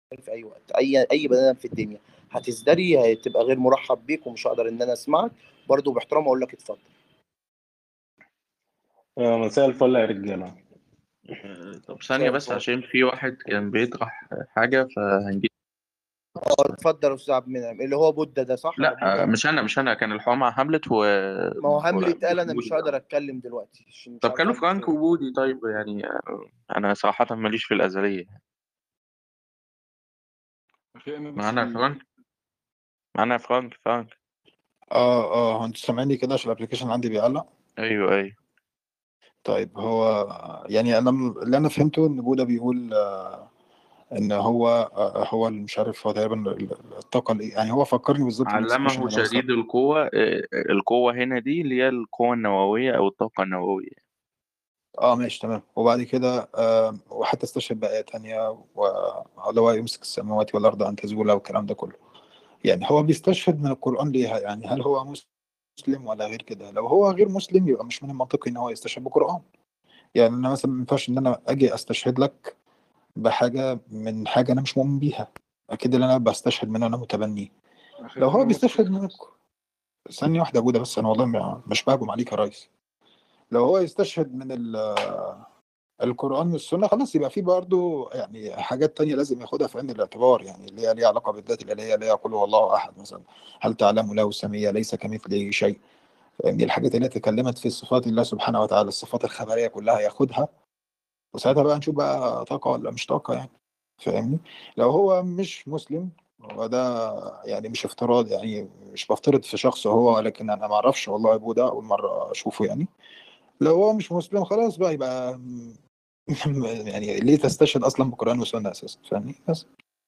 في اي وقت، اي بني ادم في الدنيا هتزدري هتبقى غير مرحب بيك، ومش هقدر ان انا اسمعك برضو باحترام، اقول لك اتفضل. مساء الفل يا رجالة. طب مساء ثانية بس، الفل. عشان في واحد كان بيطرح حاجة فهنجيب. اتفضل يا استاذ عبد المنعم، اللي هو بودة ده صح ولا لا بوذا؟ مش أنا كان الحوار مع هاملت ما هو هاملت قال انا مش وبودي. هقدر اتكلم دلوقتي عشان مش طب عارف كانوا اعمل فرانك صوت. وبودي طيب يعني. أنا صراحة ماليش في الأزلية. أخي أنا بس معانا فرانك. معانا فرانك. انتوا سامعني كده عشان الابلكيشن عندي بيعلق. أيوه. طيب هو يعني انا اللي انا فهمته ان بودا بيقول ان هو اللي مش عارف، هو تقريبا الطاقه يعني هو فكرني بالظبط بالاكسبريشن علمه اللي هو شديد القوة. القوة هنا دي اللي هي القوة النووية أو الطاقة النووية. ماشي تمام. وبعد كده وحتى استشهد بآيات تانية، واللي هو يمسك السماوات والأرض أن تزولا والكلام ده كله. يعني هو بيستشهد من القرآن ليها، يعني هل هو مسلم ولا غير كده؟ لو هو غير مسلم يبقى مش من المنطقي ان هو يستشهد بالقرآن. يعني انا مثلا ما ينفعش ان انا اجي استشهد لك بحاجة من حاجة انا مش مؤمن بيها. اكيد اللي انا بستشهد منه انا متبني. أخي لو هو أنا بيستشهد مسلم. من ثانية واحدة يا بودا بس، انا والله مش بهجم عليك يا ريس. لو هو يستشهد من القرآن والسنة خلاص، يبقى في برضه يعني حاجات تانية لازم ياخدها في عين الاعتبار، يعني اللي هي ليها علاقة بالذات الإلهية، اللي هي قل هو الله أحد مثلا، هل تعلم له سمية، ليس كمثله شيء. فاهمني؟ الحاجات اللي تكلمت في صفات الله سبحانه وتعالى، الصفات الخبرية كلها ياخدها، وساعتها بقى نشوف بقى طاقة ولا مش طاقة يعني. فاهمني؟ لو هو مش مسلم، هو ده يعني مش افتراض، يعني مش بفترض في شخص هو، لكن أنا ما أعرفش والله أبوه ده أول مرة أشوفه يعني. لو هو مش مسلم خلاص بقى يبقى يعني ليه تستشهد اصلا بقران وسنه اساسا؟ فاهمني؟ بس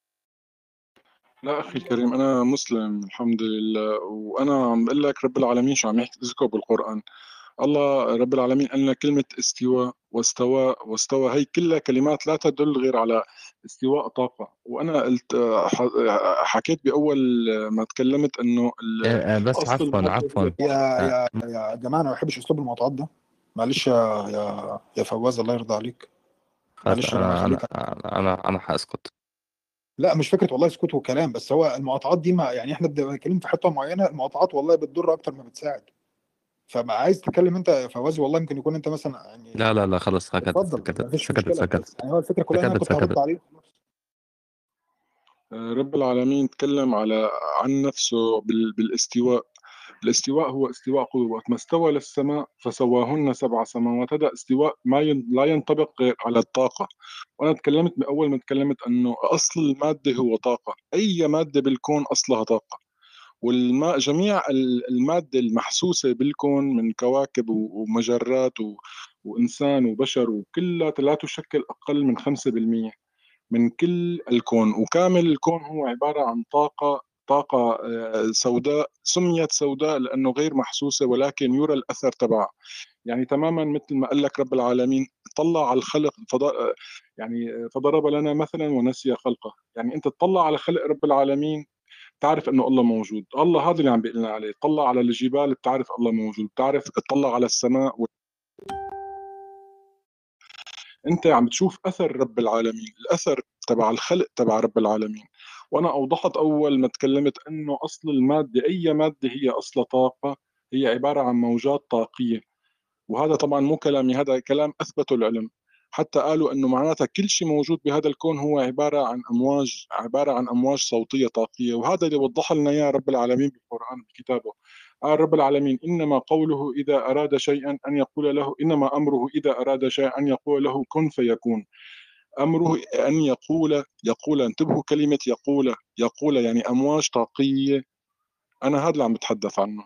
لا أخي الكريم، أنا مسلم الحمد لله، وأنا عم بقول لك رب العالمين شو عم يذكر بالقرآن. الله رب العالمين قال لنا كلمة استواء واستوى، هي كلها كلمات لا تدل غير على استواء طاقة. وأنا قلت حكيت بأول ما تكلمت إنه بس أصل عفوا المادة عفوا. هي يا آه، يا يا جماعه انا ما بحبش اسلوب المقاطعات ده. معلش يا فواز الله يرضى عليك. خلاص معلش يا جماعه انا خليك. انا هسكت. لا مش فكره والله اسكت وكلام، بس هو المقاطعات دي ما يعني احنا بنتكلم في حته معينه، المقاطعات والله بتضر اكتر ما بتساعد. فما عايز تتكلم انت يا فواز، والله يمكن يكون انت مثلا يعني. لا خلاص، سكتت اتفضل سكتت ما فيش سكتت مشكله، بس سكتت يعني هو الفكره كلها ان انا سكتت كنت هرد سكتت. عليه. رب العالمين تكلم عن نفسه بالاستواء. الاستواء هو استواء قوي. وقت ما استوى للسماء فسواهن 7 سماوات، هذا استواء ما لا ينطبق غير على الطاقة. وأنا تكلمت بأول ما تكلمت أنه أصل المادة هو طاقة. أي مادة بالكون أصلها طاقة. والماء جميع المادة المحسوسة بالكون من كواكب ومجرات وإنسان وبشر وكلها لا تشكل أقل من 5% من كل الكون. وكامل الكون هو عبارة عن طاقة سوداء. سميت سوداء لأنه غير محسوسة، ولكن يرى الأثر تبعها. يعني تماما مثل ما قال لك رب العالمين طلع على الخلق يعني فضرب لنا مثلا ونسي خلقه. يعني أنت تطلع على خلق رب العالمين تعرف انه الله موجود. الله هذا اللي عم بيقول لنا عليه. طلع على الجبال بتعرف الله موجود. بتعرف تطلع على السماء انت عم تشوف اثر رب العالمين، الاثر تبع الخلق تبع رب العالمين. وانا اوضحت اول ما تكلمت انه اصل الماده، اي ماده هي اصل طاقه، هي عباره عن موجات طاقيه. وهذا طبعا مو كلامي، هذا كلام اثبته العلم. حتى قالوا انه معناتها كل شيء موجود بهذا الكون هو عباره عن امواج، عباره عن امواج صوتيه طاقيه. وهذا اللي وضح لنا اياه رب العالمين بالقران بكتابه. قال رب العالمين انما قوله اذا اراد شيئا ان يقول له، انما امره اذا اراد شيئا ان يقول له كن فيكون. امره ان يقول انتبهوا كلمه يقول يعني امواج طاقيه. انا هذا اللي عم بتحدث عنه.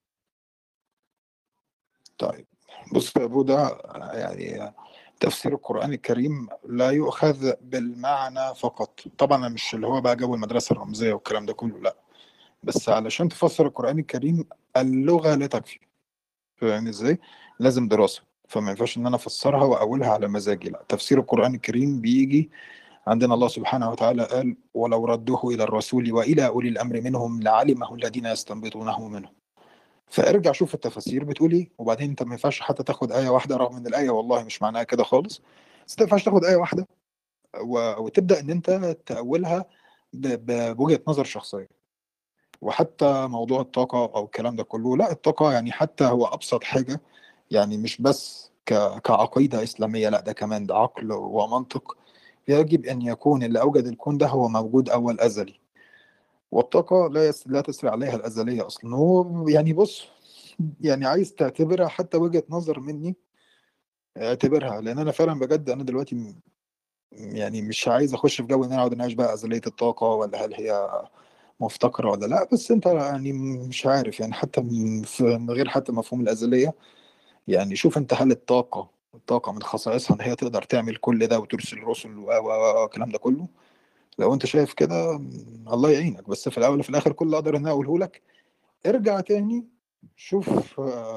طيب بص يا ابو ده، يعني تفسير القرآن الكريم لا يؤخذ بالمعنى فقط. طبعا مش اللي هو بقى جو المدرسة الرمزية والكلام ده كله، لا. بس علشان تفسر القرآن الكريم اللغة لا تكفي. فاهم ازاي؟ لازم دراسة. فما ينفعش ان انا افسرها واقولها على مزاجي، لا. تفسير القرآن الكريم بيجي عندنا الله سبحانه وتعالى قال ولو ردوه الى الرسول والى اولي الامر منهم لعلمه الذين يستنبطونه منهم. فارجع شوف التفاسير بتقول ايه، وبعدين انت ما ينفعش حتى تاخد ايه واحده، رغم ان الايه والله مش معناها كده خالص. بس ما ينفعش تاخد ايه واحده وتبدا ان انت تاولها بوجهه نظر شخصيه. وحتى موضوع الطاقه او الكلام ده كله، لا الطاقه يعني حتى هو ابسط حاجه، يعني مش بس كعقيده اسلاميه، لا ده كمان ده عقل ومنطق. يجب ان يكون اللي اوجد الكون ده هو موجود اول ازلي، والطاقه لا تسري عليها الازليه اصلا. هو يعني بص، يعني عايز تعتبرها حتى وجهه نظر مني اعتبرها، لان انا فعلا بجد انا دلوقتي يعني مش عايز اخش في جو ان انا اقعد اناقش بقى ازليه الطاقه ولا هل هي مفتقره ولا لا. بس انت يعني مش عارف يعني حتى من غير حتى مفهوم الازليه، يعني شوف انت هل الطاقه من خصائصها ان هي تقدر تعمل كل ده وترسل رسل والكلام ده كله. لو انت شايف كده الله يعينك. بس في الاول وفي الاخر كل اللي اقدر ان انا اقوله لك ارجع تاني شوف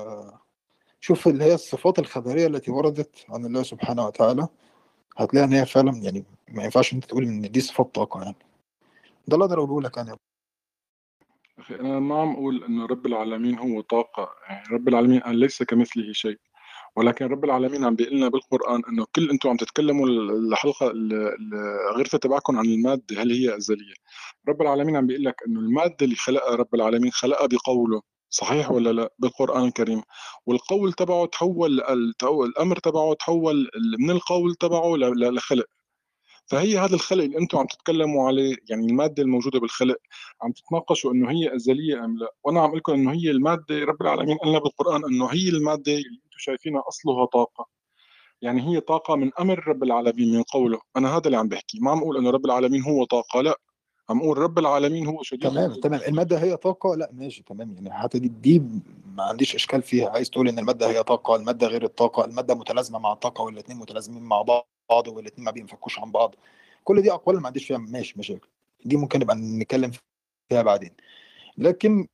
شوف اللي هي الصفات الخبريه التي وردت عن الله سبحانه وتعالى، هتلاقي ان هي فعلا يعني ما ينفعش انت تقول ان دي صفات طاقه يعني. ده اللي اقدر اقوله لك انا. أخي أنا ما عم أقول إنه رب العالمين هو طاقة، يعني رب العالمين قال ليس كمثله شيء، ولكن رب العالمين عم بيقول لنا بالقرآن إنه كل أنتم عم تتكلموا الحلقة الغرفة تبعكم عن المادة هل هي أزلية. رب العالمين عم بيقول لك إنه المادة اللي خلقها رب العالمين خلقها بقوله، صحيح ولا لا؟ بالقرآن الكريم. والقول تبعه تحول الأمر تبعه تحول من القول تبعه لخلق. فهي هذا الخلق اللي انتم عم تتكلموا عليه، يعني الماده الموجوده بالخلق، عم تتناقشوا انه هي ازليه ام لا، وانا عم اقول لكم انه هي الماده رب العالمين قال لنا بالقران انه هي الماده اللي انتم شايفينها اصلها طاقه. يعني هي طاقه من امر رب العالمين من قوله. انا هذا اللي عم بحكي، ما عم اقول انه رب العالمين هو طاقه، لا، عم اقول رب العالمين هو شديد تمام الماده هي طاقه، لا ماشي تمام يعني حتى دي ما عنديش اشكال فيها. عايز تقول ان الماده هي طاقه، الماده غير الطاقه، الماده متلازمه مع الطاقه والاثنين متلازمين مع بعض والاثنين ما بينفكوش عن بعض، كل دي اقوال ما عنديش فيها ماشي مشاكل، دي ممكن نبقى نتكلم فيها بعدين. لكن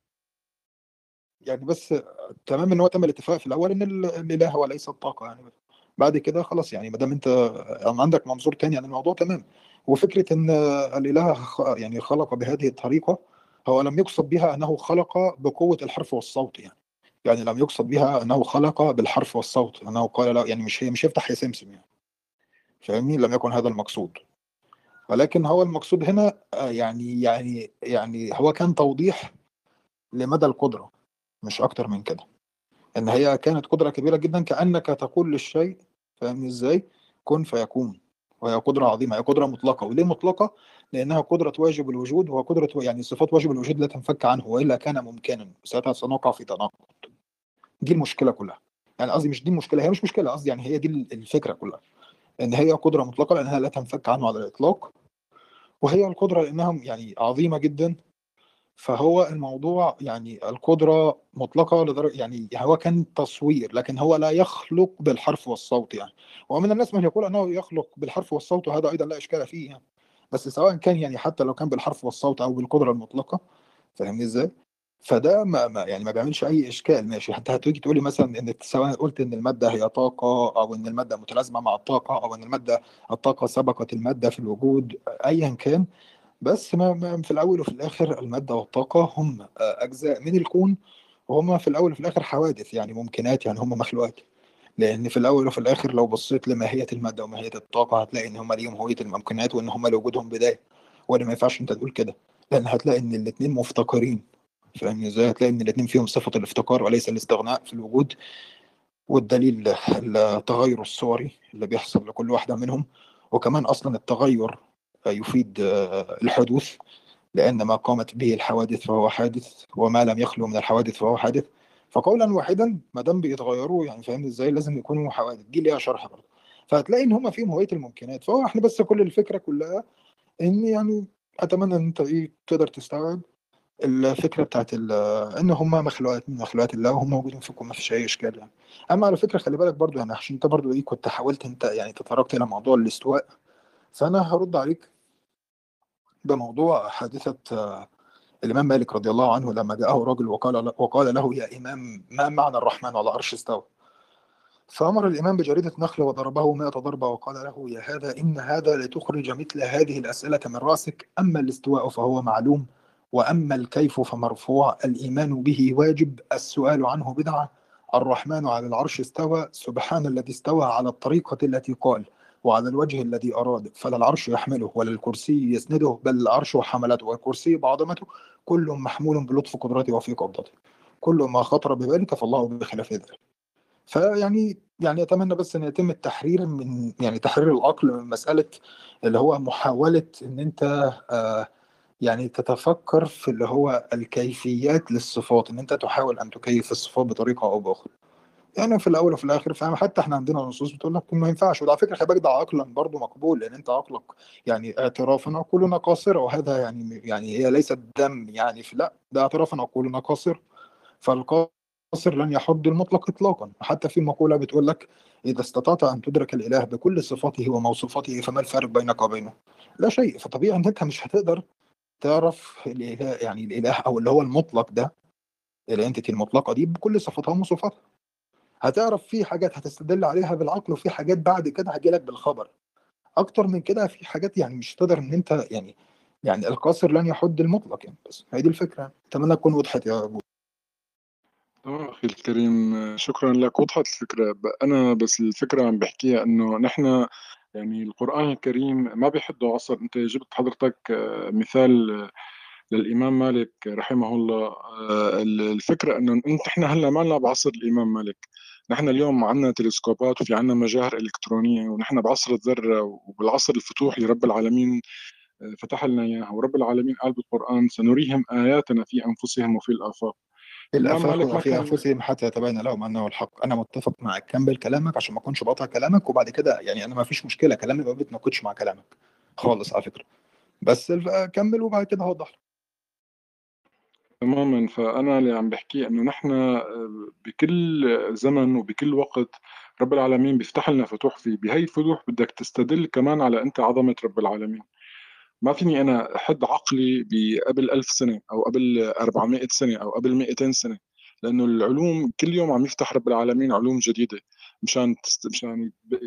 يعني بس تمام ان هو تم الاتفاق في الاول ان الاله هو ليس الطاقه يعني. بعد كده خلاص يعني ما دام انت عندك منظور تاني عن الموضوع تمام. وفكره ان الاله يعني خلق بهذه الطريقه، هو لم يقصد بها انه خلق بقوه الحرف والصوت يعني لم يقصد بها انه خلق بالحرف والصوت انه قال لا، يعني مش يفتح يا سمسم يعني، فاهمني؟ لم يكن هذا المقصود. ولكن هو المقصود هنا يعني هو كان توضيح لمدى القدره، مش اكتر من كده. ان هي كانت قدره كبيره جدا، كانك تقول للشيء، فاهمني ازاي؟ كن فيكون. وهي قدره عظيمه، هي قدره مطلقه. وليه مطلقه؟ لانها قدره واجب الوجود، وقدره يعني صفات واجب الوجود لا تنفك عنه، والا كان ممكنا ساعتها سنقع في تناقض. دي المشكله كلها. يعني قصدي مش دي المشكله، هي مش مشكله، قصدي يعني هي دي الفكره كلها، ان هي قدره مطلقه لانها لا تنفك عنه على الاطلاق. وهي القدره لانها يعني عظيمه جدا. فهو الموضوع يعني القدرة مطلقة لدرجة يعني هو كان تصوير، لكن هو لا يخلق بالحرف والصوت يعني. ومن الناس من يقول أنه يخلق بالحرف والصوت، وهذا أيضا لا إشكال فيه يعني. بس سواء كان يعني حتى لو كان بالحرف والصوت أو بالقدرة المطلقة، فاهمني إزاي؟ فده يعني ما بيعملش أي إشكال ماشي. حتى هتيجي تقولي مثلا إن سواء قلت إن المادة هي طاقة، أو إن المادة متلازمة مع الطاقة، أو إن الطاقة سبقت المادة في الوجود، أيا كان. بس في الأول وفي الآخر المادة والطاقة هم أجزاء من الكون، وهم في الأول وفي الآخر حوادث يعني ممكنات، يعني هم مخلوقات. لأن في الأول وفي الآخر لو بصيت لماهية المادة وماهية الطاقة هتلاقي إن هم ليهم هوية الممكنات، وإن هم لوجودهم بداية. ولا ما ينفعش أنت تقول كده، لأن هتلاقي إن الاتنين مفتقرين. فاهمني إزاي؟ هتلاقي إن الاتنين فيهم صفة الافتقار وليس الاستغناء في الوجود. والدليل التغير الصوري اللي بيحصل لكل واحدة منهم. وكمان أصلا التغير يفيد الحدوث، لأن ما قامت به الحوادث فهو حادث، وما لم يخلو من الحوادث فهو حادث. فقولا واحدا ما دام بيتغيروا يعني فاهمني ازاي لازم يكونوا حوادث، دي ليها شرح برضه. فهتلاقي ان هم فيهم هويه الممكنات. فهو احنا بس كل الفكره كلها ان يعني اتمنى ان انت تقدر تستوعب الفكره بتاعت ان هم مخلوقات من مخلوقات الله، وهم موجودين فيكم، ما فيش اي اشكال يعني. اما على فكره خلي بالك برضه يعني عشان انت برضه كنت حاولت انت يعني تطرقت الى موضوع الاستواء، فانا هرد عليك بموضوع حادثه الإمام مالك رضي الله عنه لما جاءه رجل وقال له يا إمام ما معنى الرحمن على العرش استوى؟ فأمر الإمام بجريدة نخل وضربه 100 ضربة وقال له يا هذا إن هذا لتخرج مثل هذه الأسئلة من رأسك. أما الاستواء فهو معلوم، وأما الكيف فمرفوع. الإيمان به واجب، السؤال عنه بدعة. الرحمن على العرش استوى، سبحان الذي استوى على الطريقة التي قال. وعلى الوجه الذي أراد، فلا العرش يحمله ولا الكرسي يسنده، بل العرش حملته والكرسي بعظمته، كل محمول بلطف قدرته وفي قبضته، كل ما خطر ببالك فالله بخلاف ذلك. فيعني أتمنى بس أن يتم التحرير من يعني تحرير العقل من مسألة اللي هو محاولة أن أنت يعني تتفكر في اللي هو الكيفيات للصفات، أن أنت تحاول أن تكيف الصفات بطريقة أو بأخرى. يعني في الاول وفي الاخر فاهم، حتى احنا عندنا نصوص بتقول لك ما ينفعش، وده على فكره خلي بالك ده عقلا برضه مقبول، لان انت عقلك يعني اعترافا عقولنا قاصره، وهذا يعني هي ليست دم يعني لا، ده اعترافا عقولنا قاصر، فالقاصر لن يحد المطلق اطلاقا. حتى في مقوله بتقول لك اذا استطعت ان تدرك الاله بكل صفاته وموصوفاته فما الفارق بينك وبينه؟ لا شيء. فطبيعي ان انت مش هتقدر تعرف الاله، يعني الاله او اللي هو المطلق ده، الانتيتي المطلقه دي بكل صفاتها وموصوفاتها. هتعرف في حاجات هتستدل عليها بالعقل، وفي حاجات بعد كده هتجيلك بالخبر. اكتر من كده في حاجات يعني مش تقدر ان انت يعني القاصر لن يحد المطلق يعني. بس هي دي الفكره، اتمنى تكون وضحت يا ابو. تمام أخي الكريم، شكرا لك. وضحت الفكرة. أنا بس الفكرة عم بحكيها إنه نحن يعني القرآن الكريم ما بيحده عصر. أنت جبت حضرتك مثال للإمام مالك رحمه الله. الفكرة إنه نحن هلا ما لنا بعصر الإمام مالك. نحن اليوم عندنا تلسكوبات وفي عندنا مجاهر إلكترونية، ونحن بعصر الذرة وبالعصر الفتوح اللي رب العالمين فتح لنا إياها. ورب العالمين قال بالقرآن سنريهم آياتنا في أنفسهم وفي الآفاق. في الإمام الافاق مالك ما وفي كان. انفسهم حتى يتبين لهم انه الحق. انا متفق معك، كمل كلامك عشان ما اكونش بقطع كلامك، وبعد كده يعني انا ما فيش مشكله كلامي ما بيتناقضش مع كلامك خالص على فكره، بس كمل وبعد كده هوضح لك. تماما. فأنا اللي عم بحكيه إنه نحن بكل زمن وبكل وقت رب العالمين بيفتح لنا فتوح فيه. بهي الفتوح بدك تستدل كمان على أنت عظمة رب العالمين. ما فيني أنا أحد عقلي بقبل 1000 سنة أو قبل 400 سنة أو قبل 200 سنة، لأنه العلوم كل يوم عم يفتح رب العالمين علوم جديدة مشان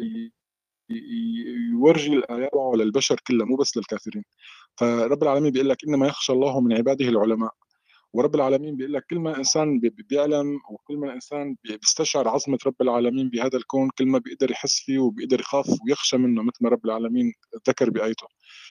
يورجي الآيات للبشر كلها مو بس للكافرين. فرب العالمين بيقول لك إنما يخشى الله من عباده العلماء. ورب العالمين بيقول لك كل ما الانسان بيعلم وكل ما الانسان بيستشعر عظمه رب العالمين بهذا الكون، كل ما بيقدر يحس فيه وبيقدر يخاف ويخشى منه مثل ما رب العالمين ذكر بآيته.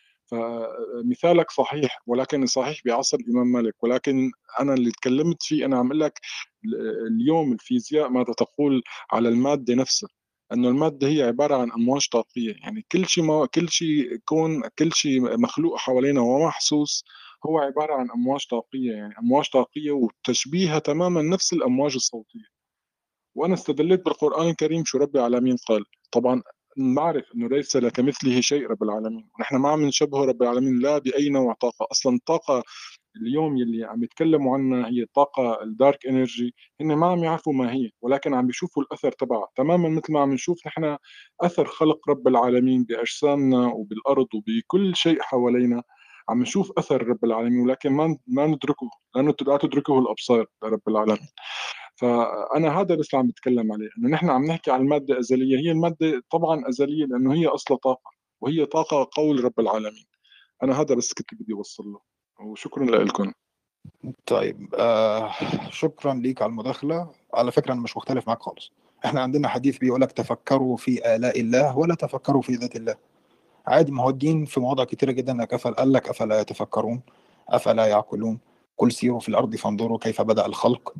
فمثالك صحيح، ولكن صحيح بعصر الامام مالك. ولكن انا اللي تكلمت فيه انا عم اقول لك اليوم الفيزياء ماذا تقول على الماده نفسها. انه الماده هي عباره عن امواج طاقيه. يعني كل شيء كون، كل شيء مخلوق حوالينا ومحسوس هو عباره عن امواج طاقيه. يعني امواج طاقيه وتشبيهها تماما نفس الامواج الصوتيه. وانا استدليت بالقران الكريم شو رب العالمين قال. طبعا نعرف انه ليس كمثله شيء رب العالمين، ونحن ما عم نشبهه رب العالمين لا باي نوع طاقه. اصلا الطاقه اليوم يلي عم يتكلموا عنها هي الطاقه الدارك انرجي، هن ما عم يعرفوا ما هي، ولكن عم بيشوفوا الاثر تبعها تماما مثل ما عم نشوف نحن اثر خلق رب العالمين باجسامنا وبالارض وبكل شيء حوالينا. عم نشوف اثر رب العالمين، ولكن ما ندركه، لانه لا تدركه الابصار لرب العالمين. فانا هذا بس اللي عم بتكلم عليه، انه نحن عم نحكي عن الماده ازليه. هي الماده طبعا ازليه لانه هي اصلا طاقه، وهي طاقه قول رب العالمين. انا هذا بس كنت بدي اوصل له، وشكرا لكم. طيب شكرا ليك على المداخله. على فكره انا مش مختلف معاك خالص. احنا عندنا حديث بيقول لك تفكروا في آلاء الله ولا تفكروا في ذات الله. عادي، ما هو الدين في مواضع كتيرة جدا قال لك أفلا يتفكرون أفلا يعقلون قل سيروا في الأرض فانظروا كيف بدأ الخلق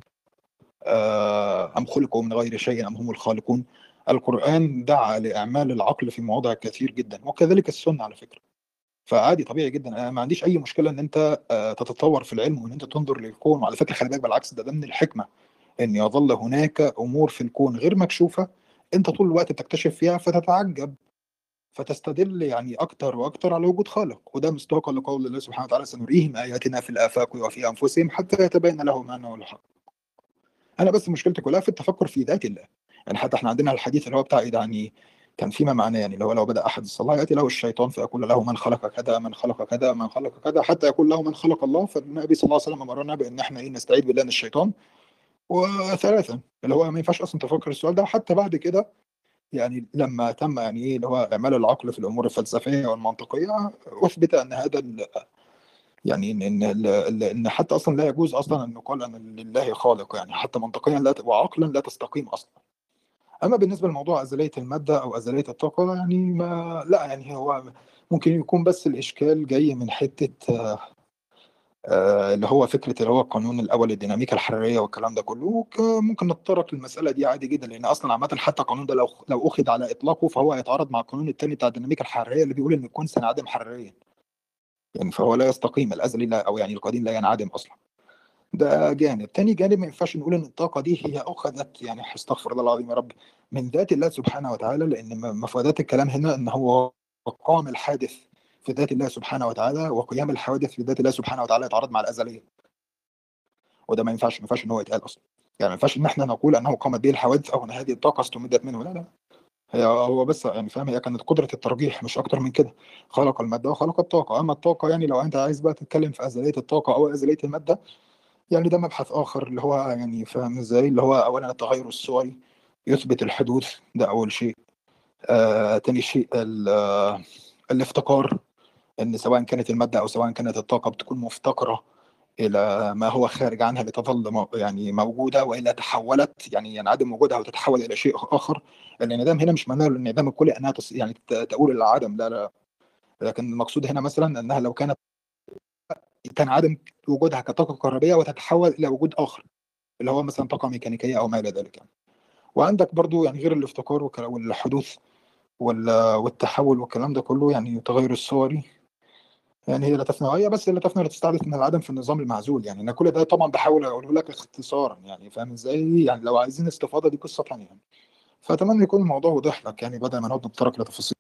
أم خلقوا من غير شيء أم هم الخالقون. القرآن دعا لإعمال العقل في مواضع كثير جدا، وكذلك السنة على فكرة. فعادي طبيعي جدا، أنا ما عنديش أي مشكلة إن أنت تتطور في العلم وإن أنت تنظر للكون. وعلى فكرة خلي بالك بالعكس، ده من الحكمة إن يظل هناك أمور في الكون غير مكشوفة أنت طول الوقت بتكتشف فيها فتتعجب، فتستدل يعني اكتر واكتر على وجود خالق. وده مصداقا لقول الله سبحانه وتعالى سنريهم اياتنا في الافاق وفي انفسهم حتى يتبين لهم انه الحق. انا بس مشكلتي كلها في التفكر في ذات الله. يعني حتى احنا عندنا الحديث اللي هو بتاع يعني كان فيما معناه، يعني اللي هو لو بدا احد الصلاه ياتي له الشيطان فيقول له من خلق كذا من خلق كذا من خلق كذا حتى يقول له من خلق الله. فالنبي صلى الله عليه وسلم امرنا بان احنا نستعيذ بالله من الشيطان. وثلاثا اللي هو ما ينفعش اصلا تفكر السؤال ده. حتى بعد كده يعني لما تم يعني ايه اللي هو اعمال العقل في الامور الفلسفيه والمنطقيه، اثبت ان هذا يعني ان حتى اصلا لا يجوز اصلا ان يقال ان لله خالق، يعني حتى منطقيا لا وعقلا لا تستقيم اصلا. اما بالنسبه لموضوع ازليه الماده او ازليه الطاقه، يعني ما لا، يعني هو ممكن يكون بس الاشكال جاي من حته اللي هو فكره اللي هو القانون الاول للديناميكا الحراريه والكلام ده كله. ممكن نتطرق للمساله دي عادي جدا، لان اصلا عامه حتى القانون ده لو اخذ على اطلاقه فهو هيتعارض مع القانون الثاني بتاع الديناميكا الحراريه اللي بيقول ان الكون سينعدم حراريا. يعني فهو لا يستقيم الازلي، لا، او يعني القديم لا ينعدم اصلا. ده جانب. تاني جانب، ما ينفعش نقول ان الطاقه دي هي اخذت، يعني استغفر الله العظيم يا رب، من ذات الله سبحانه وتعالى، لان مفردات الكلام هنا ان هو قام الحادث في ذات الله سبحانه وتعالى، وقيام الحوادث في ذات الله سبحانه وتعالى يتعارض مع الازليه. وده ما ينفعش ان هو يتقال اصلا. يعني ما ينفعش ان احنا نقول انه قامت به الحوادث او ان هذه الطاقه استمدت منه. لا لا، هو بس يعني فاهم، هي كانت قدره الترجيح مش اكتر من كده. خلق الماده وخلق الطاقه. اما الطاقه، يعني لو انت عايز بقى تتكلم في ازليه الطاقه او ازليه الماده، يعني ده مبحث آخر، اللي هو يعني فاهم ازاي، اللي هو أولا التغير الصوري يثبت الحدوث، ده أول شيء. تاني شيء الافتقار، إن سواء كانت المادة أو سواء كانت الطاقة بتكون مفتقرة إلى ما هو خارج عنها لتظل يعني موجودة، وإلا تحولت، يعني ينعدم وجودها وتتحول إلى شيء آخر. الانعدام هنا مش معناه الانعدام الكلي أنها يعني تؤول إلى العدم، لا لا. لكن المقصود هنا مثلا أنها لو كانت تنعدم وجودها كطاقة كهربية وتتحول إلى وجود آخر، اللي هو مثلا طاقة ميكانيكية أو ما إلى ذلك يعني. وعندك برضو يعني غير الافتقار والحدوث والتحول والكلام ده كله، يعني التغير الصوري، يعني هي لا تفنى، هي بس لا تفنى ولا تستحدث من العدم في النظام المعزول. يعني انا كل ده طبعا بحاول اقوله لك اختصارا، يعني فاهم ازاي، يعني لو عايزين استفاضه دي قصه ثانيه يعني. فاتمنى يكون الموضوع وضح لك، يعني بدل ما نقعد نتطرق لتفاصيل.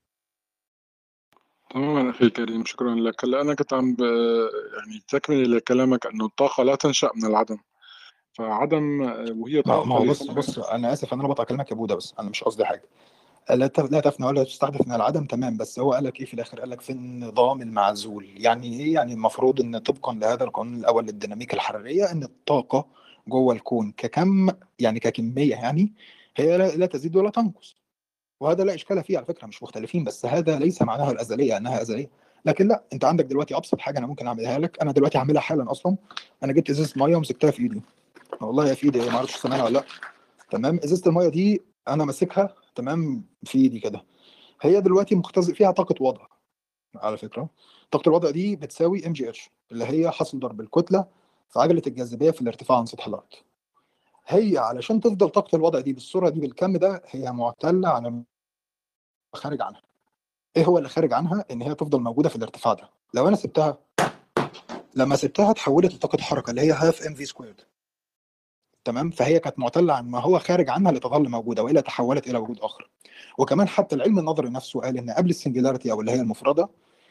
تماما أخي الكريم، شكرا لك. هلا أنا كنت يعني تكمل لكلامك أنه الطاقة لا تنشأ من العدم، فعدم وهي ما طاقة هو بص لكونها. بص، انا اسف ان انا بقطع كلامك يا بودا، بس انا مش قصدي حاجه. لا تفنى ولا تستحدث من العدم، تمام، بس هو قال لك ايه في الاخر؟ قال لك في النظام المعزول. يعني ايه؟ يعني المفروض ان طبقا لهذا القانون الاول للديناميكا الحراريه، ان الطاقه جوه الكون ككم، يعني ككميه، يعني هي لا تزيد ولا تنقص. وهذا لا اشكال فيه على فكره، مش مختلفين، بس هذا ليس معناها الازليه انها ازليه. لكن لا، انت عندك دلوقتي ابسط حاجه انا ممكن اعملها لك، انا دلوقتي هعملها حالا اصلا. انا جبت ازازه ميه ومسكتها في ايدي، والله يا في ايدي، ما اعرفش سامعها ولا لا. تمام، ازازه الميه دي انا ماسكها تمام في ايدي كده، هي دلوقتي مختزق فيها طاقة وضع على فكرة. طاقة الوضع دي بتساوي ام جي اتش، اللي هي حاصل ضرب الكتلة في عجلة الجاذبية في الارتفاع عن سطح الأرض. هي علشان تفضل طاقة الوضع دي بالصورة دي بالكم ده، هي معتلة على خارج عنها. ايه هو اللي خارج عنها؟ ان هي تفضل موجودة في الارتفاع ده. لو انا سبتها، لما سبتها اتحولت لطاقة حركة اللي هي هاف ام في سكويرد. تمام، فهي كانت معتلة عن ما هو خارج عنها لتظل موجودة، والا تحولت الى وجود اخر. وكمان حتى العلم النظري نفسه قال ان قبل السنجلاريتي او اللي هي المفردة،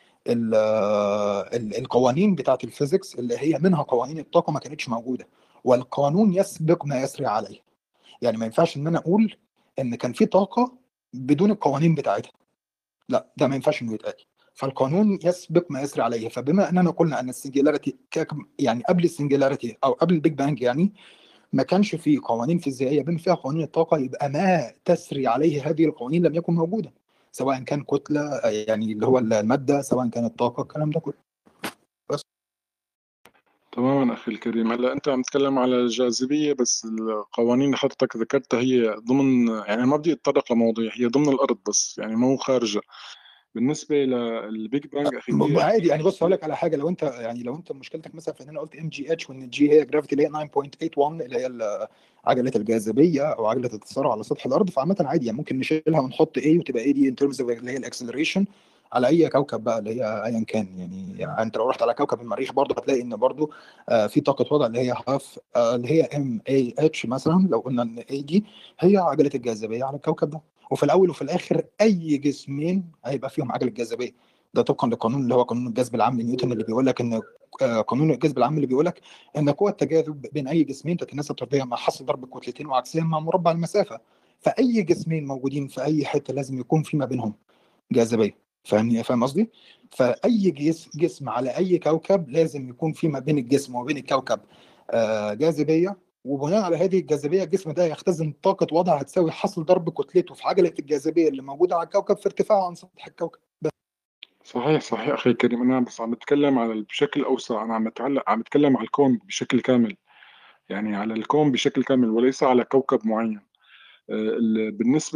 القوانين بتاعت الفيزيكس اللي هي منها قوانين الطاقه ما كانتش موجوده، والقانون يسبق ما يسري عليه. يعني ما ينفعش ان انا اقول ان كان في طاقه بدون القوانين بتاعتها، لا، ده ما ينفعش انه يتقال. فالقانون يسبق ما يسري عليه. فبما اننا قلنا ان السنجلاريتي يعني قبل السنجلاريتي او قبل البيج بانج، يعني ما كانش في قوانين فيزيائيه بما فيها قوانين الطاقه، يبقى ما تسري عليه هذه القوانين لم يكن موجوده، سواء كان كتله يعني اللي هو الماده، سواء كانت طاقه، الكلام ده كله. بس تماما أخي الكريم. هلا أنت عم تتكلم على الجاذبية، بس القوانين اللي حضرتك ذكرتها هي ضمن، يعني ما بدي أتطرق لمواضيع، هي ضمن الأرض بس، يعني مو خارجة. بالنسبة للبيج بانج أخي هي عادي يعني. بص هقول لك على حاجه، لو انت مشكلتك مثلا في ان انا قلت ام جي اتش، وان الجي هي جرافيتي اللي هي 9.81 اللي هي عجله الجاذبيه او عجله التسارع على سطح الارض، فعامه عادي يعني ممكن نشيلها ونحط ايه وتبقى ايه دي ان ترمز اللي هي الاكسلريشن على اي كوكب بقى، اللي هي ايا كان. يعني انت لو رحت على كوكب المريخ برضه هتلاقي ان برضه في طاقه وضع اللي هي هاف اللي هي ام اي اتش مثلا. لو قلنا ان اي دي هي عجله الجاذبيه على الكوكب ده. وفي الاول وفي الاخر اي جسمين هيبقى فيهم عجله جاذبيه. ده طبقا للقانون اللي هو قانون الجذب العام لنيوتن، اللي بيقول لك ان قانون الجذب العام اللي بيقول لك ان قوه التجاذب بين اي جسمين تتناسب طرديا مع حاصل ضرب الكتلتين وعكسيا مع مربع المسافه. فاي جسمين موجودين في اي حته لازم يكون في ما بينهم جاذبيه. فاهمني؟ فاهم قصدي؟ فاي جسم على اي كوكب لازم يكون في ما بين الجسم وبين الكوكب جاذبيه. وبناء على هذه الجاذبيه الجسم ده يختزن طاقه وضع هتساوي حاصل ضرب كتلته في عجله الجاذبيه اللي موجوده على الكوكب في ارتفاعه عن سطح الكوكب. صحيح صحيح أخي الكريم. أنا بس عم بتكلم على بشكل أوسع، أنا عم بتكلم على الكون بشكل كامل، يعني على الكون بشكل كامل وليس على كوكب معين. بالنسبة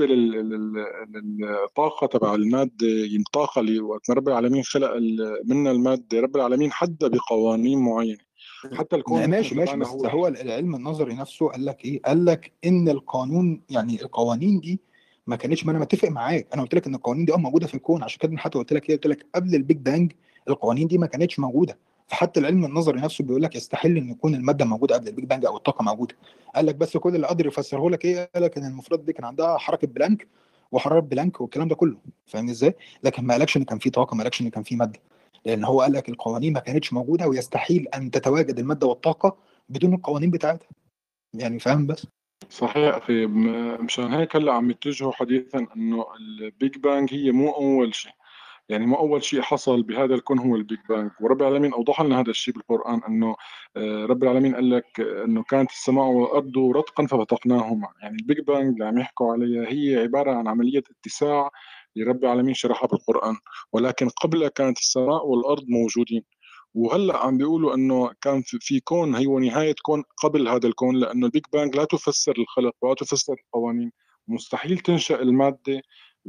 للطاقة تبع المادة، الطاقة اللي وقت ما رب العالمين خلق منا المادة، رب العالمين حدد بقوانين معينة. حتى الكون نحن ماشي تبعنا بس هو العلم النظري نفسه قال لك ايه؟ قال لك ان القانون، يعني القوانين دي ما كانتش، ما انا متفق معاك، انا قلت لك ان القوانين دي موجوده في الكون، عشان كده حتى قلت لك ايه، قلت لك قبل البيج بانج القوانين دي ما كانتش موجوده. فحتى العلم النظري نفسه بيقول لك يستحيل ان يكون الماده موجوده قبل البيج بانج او الطاقه موجوده. قال لك بس كل اللي قدر يفسره لك ايه، قال لك ان المفروض دي كان عندها حركه بلانك وحراره بلانك والكلام ده كله، فاهمني ازاي؟ لكن ما قالكش ان كان في طاقه، ما قالكش ان كان في ماده، لان هو قال لك القوانين ما كانتش موجوده ويستحيل ان تتواجد الماده والطاقه بدون القوانين بتاعتها، يعني فاهم بس. صحيح أخي. مشان هيك هلا عم يتجهوا حديثا إنه البيج بانج هي مو أول شيء، يعني مو أول شيء حصل بهذا الكون هو البيج بانج. ورب العالمين أوضح لنا هذا الشيء بالقرآن، إنه رب العالمين قال لك إنه كانت السماء والأرض رتقا ففتقناهما. يعني البيج بانج اللي عم يحكوا عليها هي عبارة عن عملية اتساع لرب العالمين شرحها بالقرآن، ولكن قبلها كانت السماء والأرض موجودين. وهلا عم بيقولوا انه كان في كون، هو نهايه كون قبل هذا الكون، لانه البيج بانج لا تفسر الخلق ولا تفسر القوانين. مستحيل تنشا الماده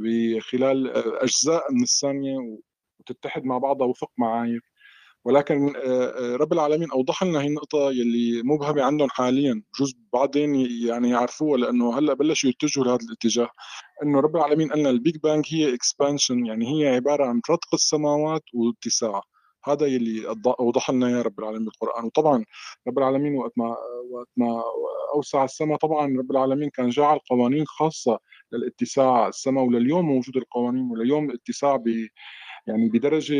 بخلال اجزاء من الثانيه وتتحد مع بعضها وفق معايير. ولكن رب العالمين اوضح لنا هي النقطه يلي مبهمه عندهم حاليا، بجوز بعدين يعني يعرفوها، لانه هلا بلشوا يتجهوا لهذا الاتجاه. انه رب العالمين قال لنا البيج بانج هي اكسبانشن، يعني هي عباره عن رتق السماوات واتساع. هذا يلي اوضح لنا اياه رب العالمين بالقران. وطبعا رب العالمين وقت ما اوسع السماء، طبعا رب العالمين كان جعل قوانين خاصه للاتساع السماء، ولليوم موجود القوانين. ولليوم الاتساع يعني بدرجه،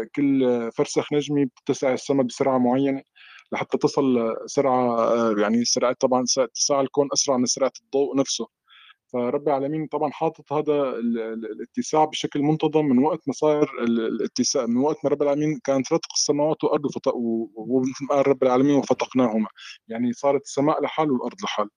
كل فرسخ نجمي بتتسع السماء بسرعه معينه لحتى تصل سرعه، يعني سرعه، طبعا اتساع الكون اسرع من سرعه الضوء نفسه. فرب العالمين طبعا حاطط هذا الاتساع بشكل منتظم من وقت ما صار الاتساع، من وقت ما رب العالمين كانت رتق السماوات والارض ومثل ما قال رب العالمين وفتقناهما، يعني صارت السماء لحال والارض لحال.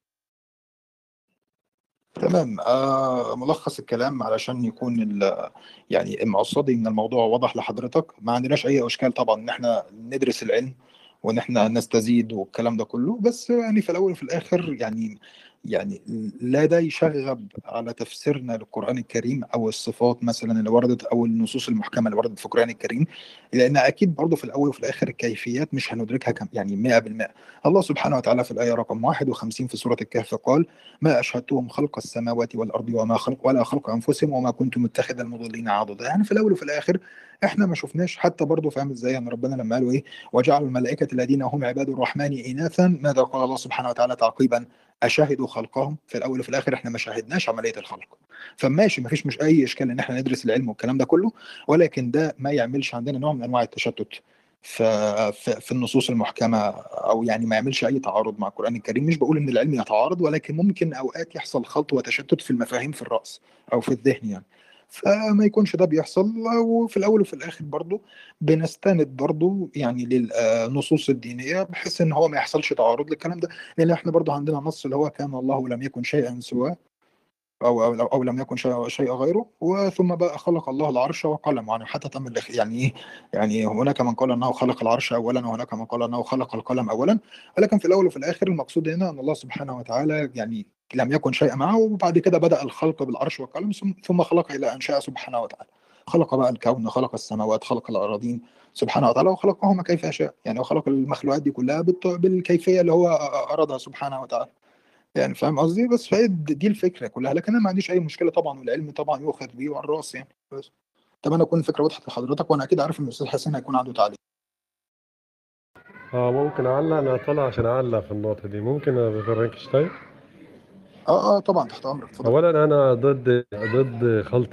تمام. ملخص الكلام علشان يكون يعني المقصدي من الموضوع واضح لحضرتك، ما عندناش اي اشكال طبعا ان احنا ندرس العلم وان احنا نستزيد والكلام ده كله، بس يعني في الاول وفي الاخر يعني لا ده يشغب على تفسيرنا للقران الكريم او الصفات مثلا اللي وردت او النصوص المحكمه اللي وردت في القران الكريم، لان اكيد برضه في الاول وفي الاخر الكيفيات مش هندركها يعني 100%. الله سبحانه وتعالى في الايه رقم 51 في سوره الكهف قال: ما أشهدتهم خلق السماوات والأرض ولا خلق أنفسهم وما كنت متخذ المضلين عضدا. يعني في الأول وفي الآخر إحنا ما شفناش حتى برضه، فاهم إزاي؟ يعني ربنا لما قالوا إيه: وجعلوا الملائكة الذين هم عباد الرحمن إناثا، ماذا قال الله سبحانه وتعالى تعقيبا: أشهدوا خلقهم؟ في الأول وفي الآخر إحنا ما شاهدناش عملية الخلق. فماشي، ما فيش مش أي إشكال إن إحنا ندرس العلم والكلام ده كله، ولكن ده ما يعملش عندنا نوع من أنواع التشتت في النصوص المحكمة، أو يعني ما يعملش أي تعارض مع القرآن الكريم. مش بقول إن العلم يتعارض، ولكن ممكن أوقات يحصل خلط وتشتت في المفاهيم في الرأس أو في الذهن يعني. فما يكونش ده بيحصل، وفي الأول وفي الآخر برضو بنستند برضو يعني للنصوص الدينية بحيث إن هو ما يحصلش تعارض للكلام ده، لأن إحنا برضو عندنا نص اللي هو كان الله لم يكن شيئا سواه، أو لم يكن شيء غيره، وثم بقى خلق الله العرش وقلم، يعني حتى تم يعني إيه، يعني هناك من قال أنه خلق العرش أولا وهناك من قال أنه خلق القلم أولا، ولكن في الأول وفي الآخر المقصود هنا أن الله سبحانه وتعالى يعني لم يكن شيئا معه، وبعد كده بدأ الخلق بالعرش والقلم، ثم خلق إلى أن شاء سبحانه وتعالى. خلق بقى الكون، خلق السماوات، خلق الأراضين سبحانه وتعالى، وخلقهما كيف يشاء، يعني وخلق المخلوقات دي كلها بالكيفية اللي هو أرادها سبحانه وتعالى. يعني فاهم قصدي؟ بس فهي دي الفكره كلها، لكن انا ما عنديش اي مشكله طبعا، والعلم طبعا يؤخذ بيه وعلى الراس يعني. بس اتمنى تكون الفكره وضحت لحضرتك، وانا اكيد عارف ان الاستاذ حسين هيكون عنده تعليق. ممكن اعلق، انا طالع عشان اعلق في النقطة دي، ممكن يا دكتور فرانكشتاين؟ طبعا تحت امرك، اتفضل. اولا انا ضد خلط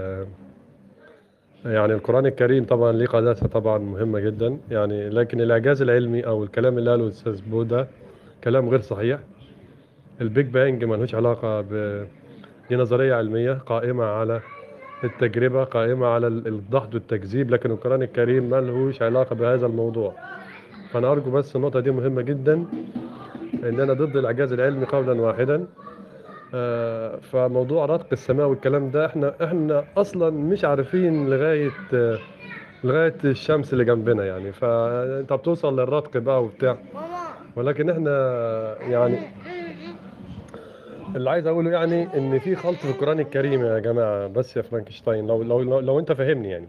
يعني القرآن الكريم طبعا ليه قداسة طبعا مهمة جدا يعني، لكن الاعجاز العلمي او الكلام اللي قاله الاستاذ بودا كلام غير صحيح. البيج بانج ملوش علاقة دي نظرية علمية قائمة على التجربة، قائمة على الضغط والتكذيب، لكن القرآن الكريم ملهوش علاقة بهذا الموضوع. فأنا أرجو بس النقطة دي مهمة جدا، إن أنا ضد الإعجاز العلمي قولا واحدا. فموضوع رتق السماء والكلام ده احنا اصلا مش عارفين لغايه الشمس اللي جنبنا يعني، فانت بتوصل للرتق بقى وبتاع، ولكن احنا يعني اللي عايز اقوله يعني ان في خلط في القران الكريم يا جماعه، بس يا فرانكشتاين لو انت فاهمني يعني.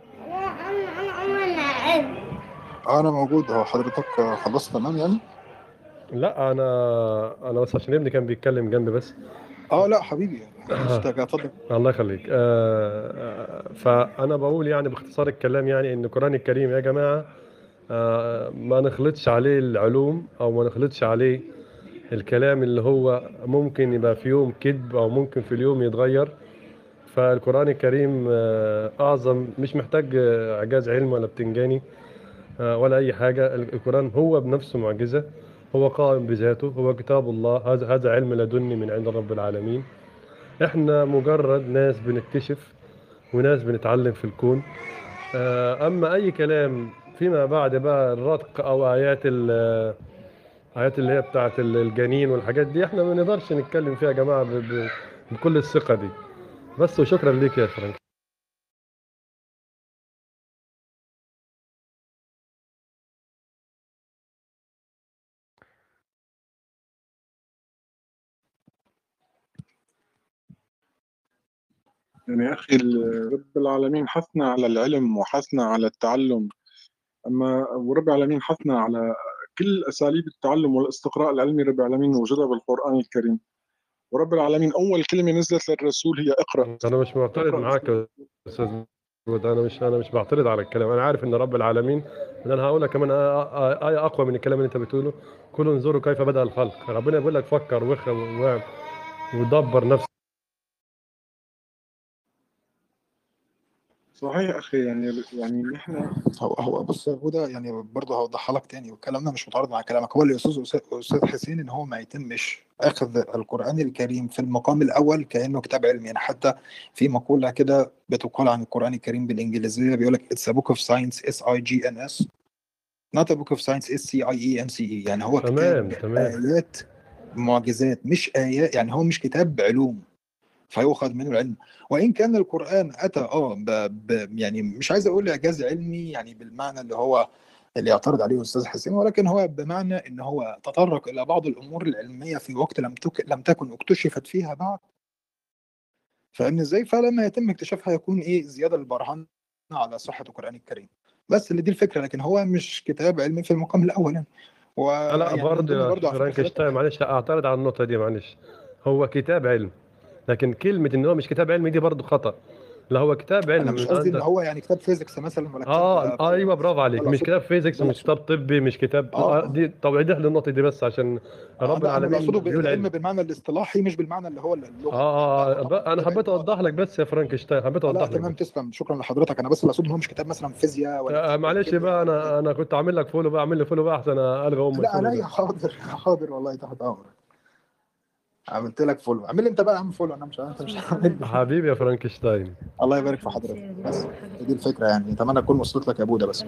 انا موجود اهو، حضرتك خلصت تمام يعني؟ لا انا بس عشان ابني كان بيتكلم جنبي بس. لا حبيبي، حضرتك اتفضل. الله يخليك. فانا بقول يعني باختصار الكلام يعني ان القران الكريم يا جماعه ما نخلطش عليه العلوم او ما نخلطش عليه الكلام اللي هو ممكن يبقى في يوم كذب او ممكن في اليوم يتغير. فالقرآن الكريم أعظم، مش محتاج إعجاز علم ولا بتنجاني ولا أي حاجة. القرآن هو بنفسه معجزة، هو قائم بذاته، هو كتاب الله. هذا علم لدني من عند رب العالمين. إحنا مجرد ناس بنكتشف وناس بنتعلم في الكون. أما أي كلام فيما بعد بقى الرتق أو آيات اللي هي بتاعت الجنين والحاجات دي، إحنا ما نقدرش نتكلم فيها يا جماعة بكل الثقة دي. بس وشكرا ليك يا فرانك. يعني يا أخي رب العالمين حثنا على العلم وحثنا على التعلم، ورب العالمين حثنا على كل أساليب التعلم والاستقراء العلمي. رب العالمين وجدها بالقرآن الكريم، ورب العالمين أول كلمة نزلت للرسول هي اقرأ. انا مش معترض معاك يا استاذ بود، انا مش بعترض على الكلام. انا عارف ان رب العالمين، ان انا هقول لك كمان آية اقوى من الكلام اللي انت بتقوله. كل انظروا كيف بدأ الخلق. ربنا بيقول لك فكر ودبر نفسك. صحيح أخي، يعني نحن هو بص هو ده يعني برضه هوضحها لك تاني، وكلامنا مش متعارض مع كلامك. هو اللي استاذ حسين ان هو ما يتمش اخذ القران الكريم في المقام الاول كانه كتاب علمي. يعني حتى في مقوله كده بتقال عن القران الكريم بالانجليزيه، بيقول لك it's a book of science SIGNS not a book of science SCIENCE. يعني هو كتاب تمام. ايات معجزات، مش ايات. يعني هو مش كتاب علوم فيؤخذ منه العلم. وان كان القران اتى يعني مش عايز اقول اعجاز علمي يعني بالمعنى اللي هو اللي يعترض عليه الاستاذ حسين، ولكن هو بمعنى ان هو تطرق الى بعض الامور العلميه في وقت لم تكن اكتشفت فيها بعد. فان ازاي فلما يتم اكتشافها يكون ايه زياده للبرهان على صحه القران الكريم. بس اللي دي الفكره، لكن هو مش كتاب علمي في المقام الاول يعني. لا ويعني من برضه ضمن يا برضه على فكره فرانكشتاين، معلش اعترض على النقطة دي معلش. هو كتاب علم، لكن كلمة ان هو مش كتاب علمي دي برضه خطأ. لا هو كتاب انا علم مش من قصدي ان عندك. هو يعني كتاب فيزيكس مثلا ولا كتاب ايوه برافو عليك. ولا مش اقصد كتاب فيزيكس ولا ومش اقصد كتاب طبي، مش كتاب دي توضيح للنقطة دي بس عشان رب لا انا اللي العالمين اقصده بيقول بالعلم علم. بالمعنى الاصطلاحي مش بالمعنى اللي هو اللغوي. لا هو طبعا انا كتاب حبيت علم اوضح لك بس يا فرانكشتاين، حبيت لا اوضح لك تمام بس. تسلم، شكرا لحضرتك. انا بس اللي اقصده ان هو مش كتاب مثلا فيزياء ولا كتاب معلش كيمياء بقى، ولا كتاب. انا كنت عامل لك فولو بقى، اعمل لي فولو بقى احسن الغي لا الفولو انا ده. حاضر حاضر والله تحت امرك. عملت لك فولو، اعمل لي انت بقى يا عم فولو، انا مش انت مش هعمل لي. حبيبي يا فرانكشتاين. الله يبارك في حضرتك. بس دي الفكره يعني، اتمنى اكون وصلت لك يا بوده بس.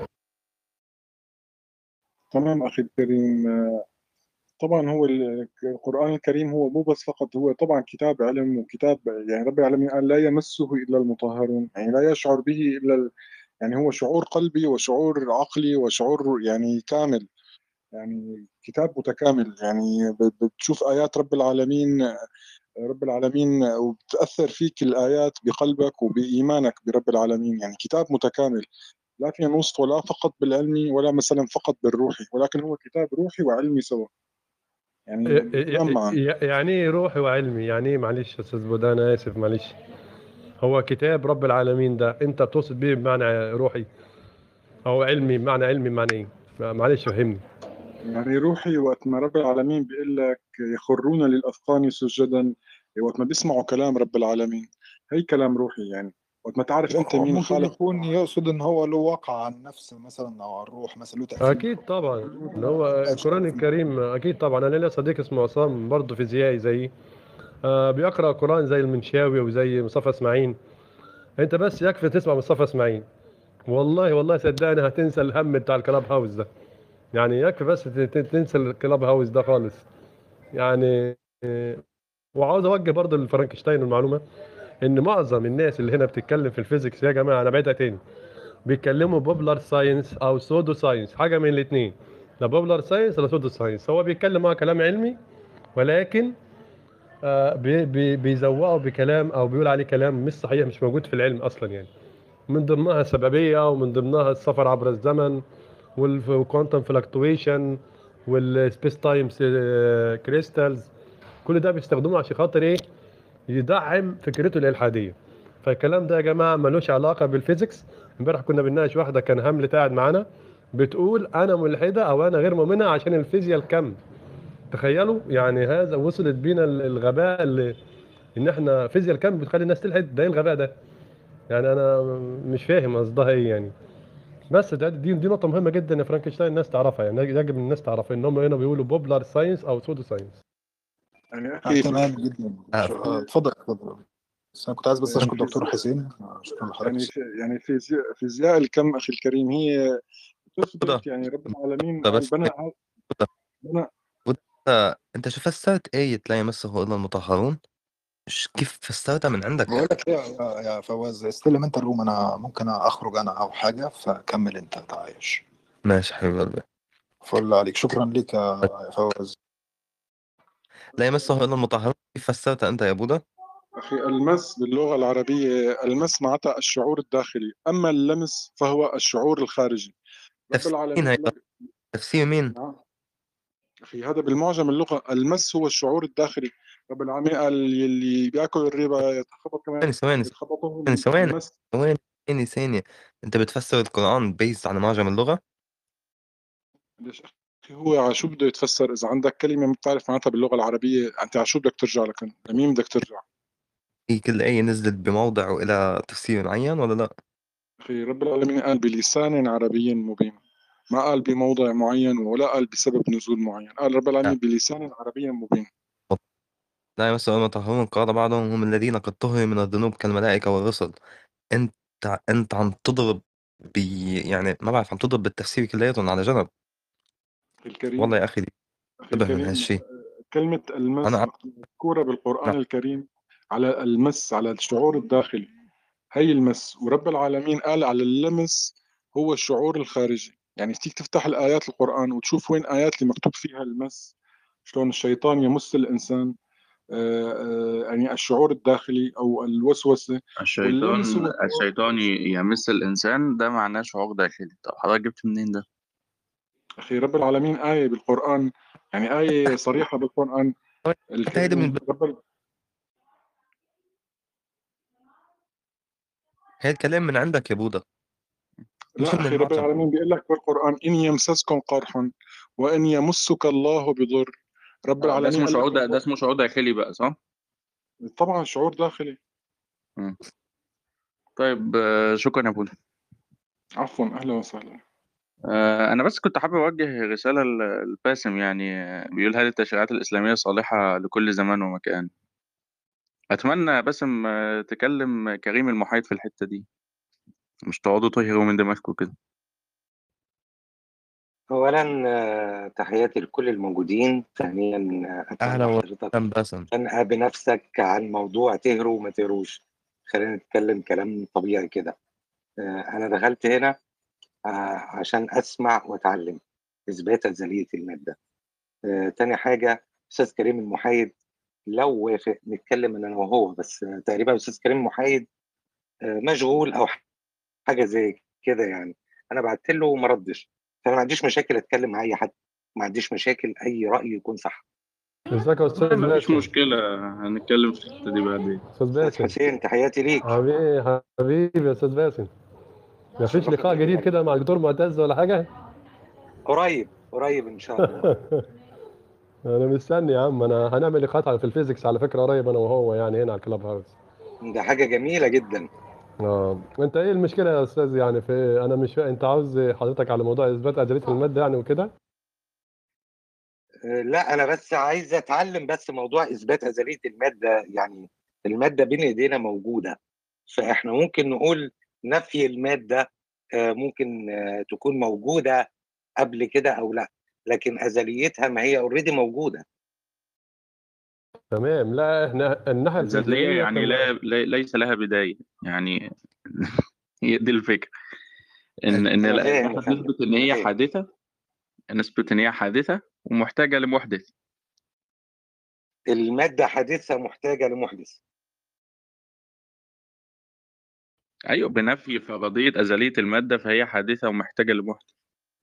تمام أخي الكريم. طبعا هو القرآن الكريم هو مو بس فقط هو طبعا كتاب علم وكتاب، يعني رب العالمين قال لا يمسه إلا المطهرون، يعني لا يشعر به إلا يعني هو شعور قلبي وشعور عقلي وشعور يعني كامل. يعني كتاب متكامل، يعني بتشوف آيات رب العالمين وبتأثر فيك الآيات بقلبك وبإيمانك برب العالمين. يعني كتاب متكامل لا في نص ولا فقط بالعلمي ولا مثلا فقط بالروحي، ولكن هو كتاب روحي وعلمي سوا، يعني الاثنان معا. يعني ايه روحي وعلمي؟ يعني ايه؟ معلش يا استاذ بودان انا اسف معلش. هو كتاب رب العالمين ده انت بتقصد بيه بمعنى روحي او علمي؟ بمعنى علمي بمعنى ايه؟ معلش فهمني. يعني روحي وقت ما رب العالمين بيقول لك يخرون للأذقان سجدا، وقت ما بيسمعوا كلام رب العالمين هي كلام روحي. يعني وقت ما تعرف أنت مين ممكن خالق. يكون يقصد ان هو له وقع عن النفس مثلا او عن الروح مثلا، له تاثير اكيد طبعا، اللي هو القران الكريم اكيد طبعا. انا ليا صديق اسمه عصام برضه فيزيائي زيي، بيقرا القران زي المنشاوي وزي مصطفى اسماعيل. انت بس يكفي تسمع مصطفى اسماعيل، والله صدقني هتنسى الهم بتاع الكلاب هاوس ده. يعني يكفي بس تنسى الكلاب هاوس ده خالص يعني. وعاوز اوجه برضه لفرانكشتاين المعلومه ان معظم الناس اللي هنا بتتكلم في الفيزيكس يا جماعه، انا بعيدها تاني، بيتكلموا بوبلار ساينس او سودو ساينس، حاجه من الاثنين، لا بوبلار ساينس ولا سودو ساينس. هو بيتكلم كلام علمي، ولكن بيزوقوا بكلام او بيقول عليه كلام مش صحيح، مش موجود في العلم اصلا يعني. من ضمنها السببيه، ومن ضمنها السفر عبر الزمن، والكوانتم فلكتويشن، والسبيس تايم كريستالز. كل ده بيستخدموه عشان خاطر ايه؟ يدعم فكرته الالحاديه. فالكلام ده يا جماعه ملوش علاقه بالفيزيكس. امبارح كنا بنناقش واحده كان هاملت قاعد معانا بتقول انا ملحده او انا غير مؤمنه عشان الفيزياء الكم. تخيلوا يعني هذا وصلت بينا الغباء اللي ان احنا فيزياء الكم بتخلي الناس تلحد. ده ايه الغباء ده؟ يعني انا مش فاهم قصدها ايه يعني. بس دي نقطه مهمه جدا يا فرانكشتاين الناس تعرفها، يعني يجب الناس تعرفها ان هم هنا بيقولوا بوبلار ساينس او سودو ساينس. يعني أخي تمام جدا. اتفضل اتفضل. بس انا كنت عايز بس اشكر دكتور حسين. شكرا لحضرتك. يعني فيزياء الكم أخي الكريم هي بودا تثبت، يعني رب العالمين بودا قال بس بنى بودا، انت شو فسرت آية لا يمسه إلا المطهرون؟ كيف فسرتها من عندك؟ بقول لك يا فواز، استلم انت الروم، انا ممكن اخرج انا او حاجه، فكمل انت تعايش. ماشي حبيب قلبي. فل عليك، شكرا لك يا فواز. لا يمسه إلا المطهرون، كيف فسرتها أنت يا بودا؟ أخي المس باللغة العربية، المس معناتها الشعور الداخلي، أما اللمس فهو الشعور الخارجي. رب تفسير مين العالمين هيدا؟ تفسير مين؟ نعم أخي، هذا بالمعجم اللغة، المس هو الشعور الداخلي. رب العالمين قال اللي بياكل الربا يتخبط كمان، ثواني يتخبطه ثواني المس. ثانية. أنت بتفسر القرآن بيست على معجم اللغة؟ ليش أخي؟ هو على شو بده يتفسر؟ إذا عندك كلمة ما بتعرف معناتها باللغة العربية، أنت على شو بدك ترجع؟ لكن لمين بدك ترجع؟ هي كل آية نزلت بموضع وإلى تفسير معين ولا لا؟ أخي رب العالمين قال بلسان عربي مبين، ما قال بموضع معين ولا قال بسبب نزول معين، قال رب العالمين بلسان عربي مبين. لا يمسه إلا المطهرون، قال بعضهم هم الذين قد طهروا من الذنوب كالملائكة والرسل. أنت أنت عم تضرب يعني ما بعرف، عم تضرب بالتفسير كلياتهم على جنب. أخي الكريم والله يا أخي أخي انتبه من الكريم، هالشيء. كلمة المس أنا مذكورة بالقرآن نعم. الكريم على المس، على الشعور الداخلي، هي المس. ورب العالمين قال على اللمس هو الشعور الخارجي. يعني فيك تفتح الآيات القرآن وتشوف وين آيات اللي مكتوب فيها المس، شلون الشيطان يمس الإنسان، يعني الشعور الداخلي أو الوسوسة. واللمس هو الشيطان يمس الإنسان، ده معناه شعور داخلي. طب حضرتك جبت منين ده؟ أخي رب العالمين آية بالقرآن، يعني آية صريحة بالقرآن حتى هيدا الكريم. هي الكلام من عندك يا بودا، مش لا من أخي، رب المعجم. العالمين بيقول لك بالقرآن إن يمسسكم قرح وإن يمسك الله بضر. رب ده العالمين اسمه قال شعور، لك ده اسمه شعور داخلي بقى، صح؟ طبعا شعور داخلي. مم. طيب شكرا يا بولا. عفوا، أهلا وسهلا. أنا بس كنت حابب أوجه رسالة لباسم، يعني بيقول هذه التشريعات الإسلامية صالحة لكل زمان ومكان. أتمنى باسم تكلم كريم المحايد في الحتة دي، مش تقعدوا تهروا من دماغكم كده. أولا تحياتي لكل الموجودين. ثانيا أهلا أتمنى حضرتك وسهلا باسم. تنقى بنفسك عن موضوع تهروا وما تهروش. خلينا نتكلم كلام طبيعي كده. أنا دخلت هنا عشان أسمع وأتعلم إثبات أزلية المادة. تاني حاجة، أستاذ كريم المحايد لو وافق نتكلم أنا وهو، بس تقريبا أستاذ كريم المحايد مشغول أو حاجة زي كده يعني. أنا بعت له وما ردش، فأنا ما عنديش مشاكل أتكلم مع أي حد، ما عنديش مشاكل أي رأي يكون صح. ازيك يا استاذ مفيش باسم؟ مشكلة، هنتكلم في الحتة دي بعدين. استاذ أستاذ باسم حسين تحياتي ليك. حبيبي يا استاذ باسم، ما فيش شرفت لقاء جديد باللقاء. كده مع الدكتور معتز ولا حاجه؟ قريب قريب إن شاء الله. انا مستني يا عم، انا هنعمل لقاءات في الفيزيكس على فكره قريب انا وهو، يعني هنا على الكلاب هاوس. ده حاجة جميلة جدا. انت ايه المشكله يا استاذ؟ يعني في انا مش فاهم، انت عاوز حضرتك على موضوع اثبات ادله الماده يعني وكده؟ لا أنا بس عايز أتعلم، بس موضوع إثبات أزلية المادة. يعني المادة بين إيدينا موجودة، فإحنا ممكن نقول نفي المادة ممكن تكون موجودة قبل كده أو لا، لكن أزليتها ما هي اوريدي موجودة. تمام. لا احنا الناحيه الذاتية الفيزيائيه يعني احنا ليس لها بداية يعني. هي دي الفكرة، إن أنا إن فاهم يا إحنا فندم، بنثبت إن أنا هي فاهم. حادثة، نثبت إن هي حادثة ومحتاجة لمحدث. المادة حادثة محتاجة لمحدث. أيوة، بنفي فرضية أزلية المادة فهي حادثة ومحتاجة لمحدث.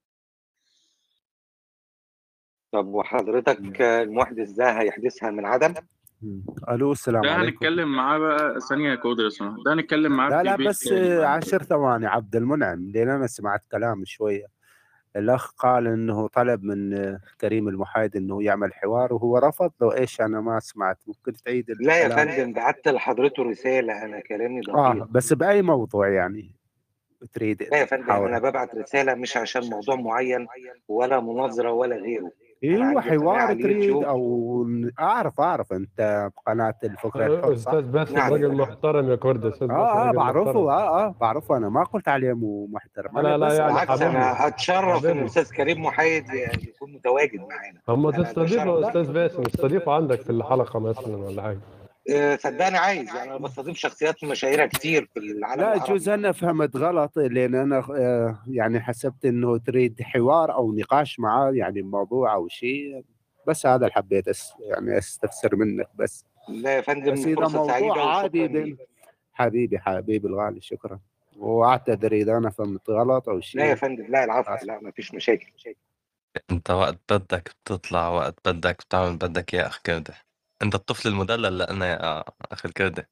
طب وحضرتك المحدث ده هيحدثها من عدم؟ الو السلام ده عليكم. هنتكلم معاه بقى ثانية يا كودر، ده هنتكلم معاه لا في لا بيت بس تاني بعد 10 ثواني عبد المنعم، لان انا سمعت كلام شويه. الاخ قال انه طلب من كريم المحايد انه يعمل حوار وهو رفض. لو ايش انا ما سمعت، ممكن تعيد لا يا الكلام؟ فندم، بعت لحضرته رسالة، أنا كلامي دقيق. بس باي موضوع يعني تريد لا يا فندم، تحاول؟ أنا ببعت رسالة مش عشان موضوع معين ولا مناظرة ولا غيره. أنا ايوه عندي قناة حوار على تريد، اليوتيوب. او اعرف انت قناه الفكر الحر صح؟ استاذ باسم نعم يا راجل فندم. محترم يا كرد، استاذ باسم راجل بعرفه. محترم. بعرفه. انا ما قلت عليه مو محترم، انا لا لا بس يعني بالعكس، حبيبي أنا أتشرف إن حبيبي، الأستاذ كريم محايد يكون متواجد معانا. هم أنا ده تستضيفوا شرف لي. استاذ باسم، استضيفوا عندك في الحلقه مثلا ولا حاجه. صدقني عايز، يعني أنا بستضيف شخصيات مشاهيرة كتير في العالم لا العربي. يجوز انا فهمت غلط، لان انا يعني حسبت انه تريد حوار او نقاش معاه، يعني موضوع او شيء. بس هذا اللي حبيت يعني استفسر منك بس. لا يا بس فندم، اذا فرصة سعيدة موضوع عادي وشكرا ليك. حبيبي الغالي، شكرا. واعتذر اذا انا فهمت غلط او لا يا شيء. فندم، لا العفو، آسف. لا مفيش مشاكل. انت وقت بدك بتطلع، وقت بدك بتعمل بدك يا اخ كردة. انت الطفل المدلل لنا يا اخ الكردة.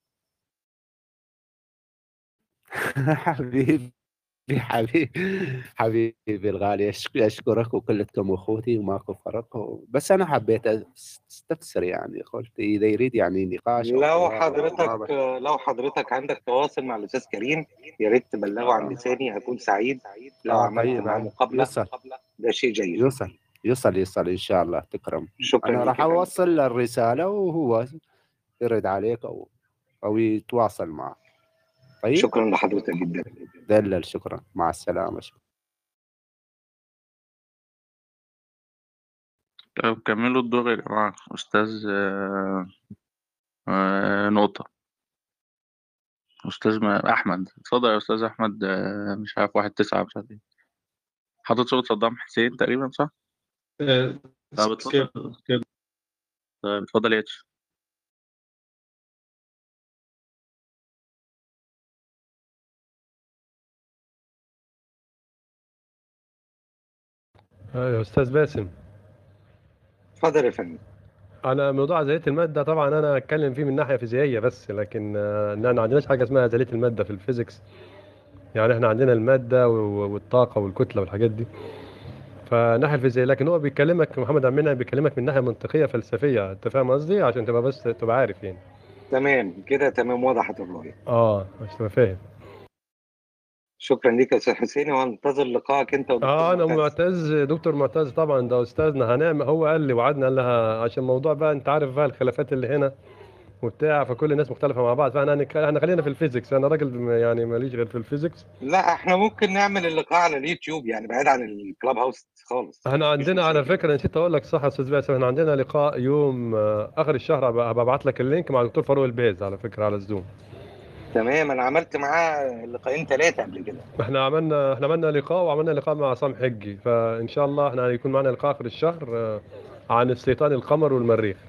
حبيبي حبيبي الغالي، أشكرك وكلكم أخوتي وماكو فرق. بس أنا حبيت أستفسر، يعني قلت إذا يريد يعني نقاش أو لو حوار أو حضرتك مناظرة. لو حضرتك عندك تواصل مع الأستاذ كريم، يا ريت تبلغه عن لساني، هكون سعيد لو عملت طيب معاه يعني مقابلة. ده شيء جيد. يوصل إن شاء الله. تكرم. شكرا أنا ليك راح يا فندم. أوصل الرسالة وهو يرد عليك أو يتواصل معك. طيب، شكرا لحضرتك جدا. دلل. شكرا، مع السلامة. طب كملوا الدور يا جماعة. أستاذ نقطة. أستاذ أحمد، اتفضل يا أستاذ أحمد. مش عارف 1-9 مش عارف إيه. حاطط صورة صدام حسين تقريبا، صح؟ طب اتفضل. طيب اتفضل يا اتش. يا استاذ باسم، اتفضل يا فندم. انا موضوع ازليه الماده طبعا انا اتكلم فيه من ناحيه فيزيائيه بس، لكن ما عندناش حاجه اسمها ازليه الماده في الفيزيكس. يعني احنا عندنا الماده والطاقه والكتله والحاجات دي فناحيه الفيزياء، لكن هو بيكلمك محمد عمنا بيكلمك من ناحيه منطقيه فلسفيه. انت فاهم قصدي؟ عشان تبقى بس تبقى عارف يعني. تمام كده، تمام، وضحت الرؤية. عشان تبقى فاهم. شكرا ليك يا أستاذ حسين، وانتظر لقائك أنت ودكتور انا معتز. دكتور معتز طبعا ده استاذنا. هنعمل، هو قال لي وعدنا، قال لها عشان موضوع بقى انت عارف بقى الخلافات اللي هنا وبتاع، فكل الناس مختلفه مع بعض، فاحنا احنا خلينا في الفيزيكس. انا راجل يعني ماليش غير في الفيزيكس. لا، احنا ممكن نعمل اللقاء على اليوتيوب، يعني بعيد عن الكلاب هاوس خالص. احنا مفيش عندنا على مشاكل. فكره، نسيت اقول لك صح يا استاذ باسم، احنا عندنا لقاء يوم اخر الشهر. هبقى ابعت لك اللينك مع الدكتور فاروق البيز على فكره على الزوم. تمام، انا عملت معاه لقاءين 3 قبل كده. احنا عملنا لقاء، وعملنا لقاء مع عصام حجي، فان شاء الله احنا هيكون معنا لقاء اخر الشهر عن استيطان القمر والمريخ.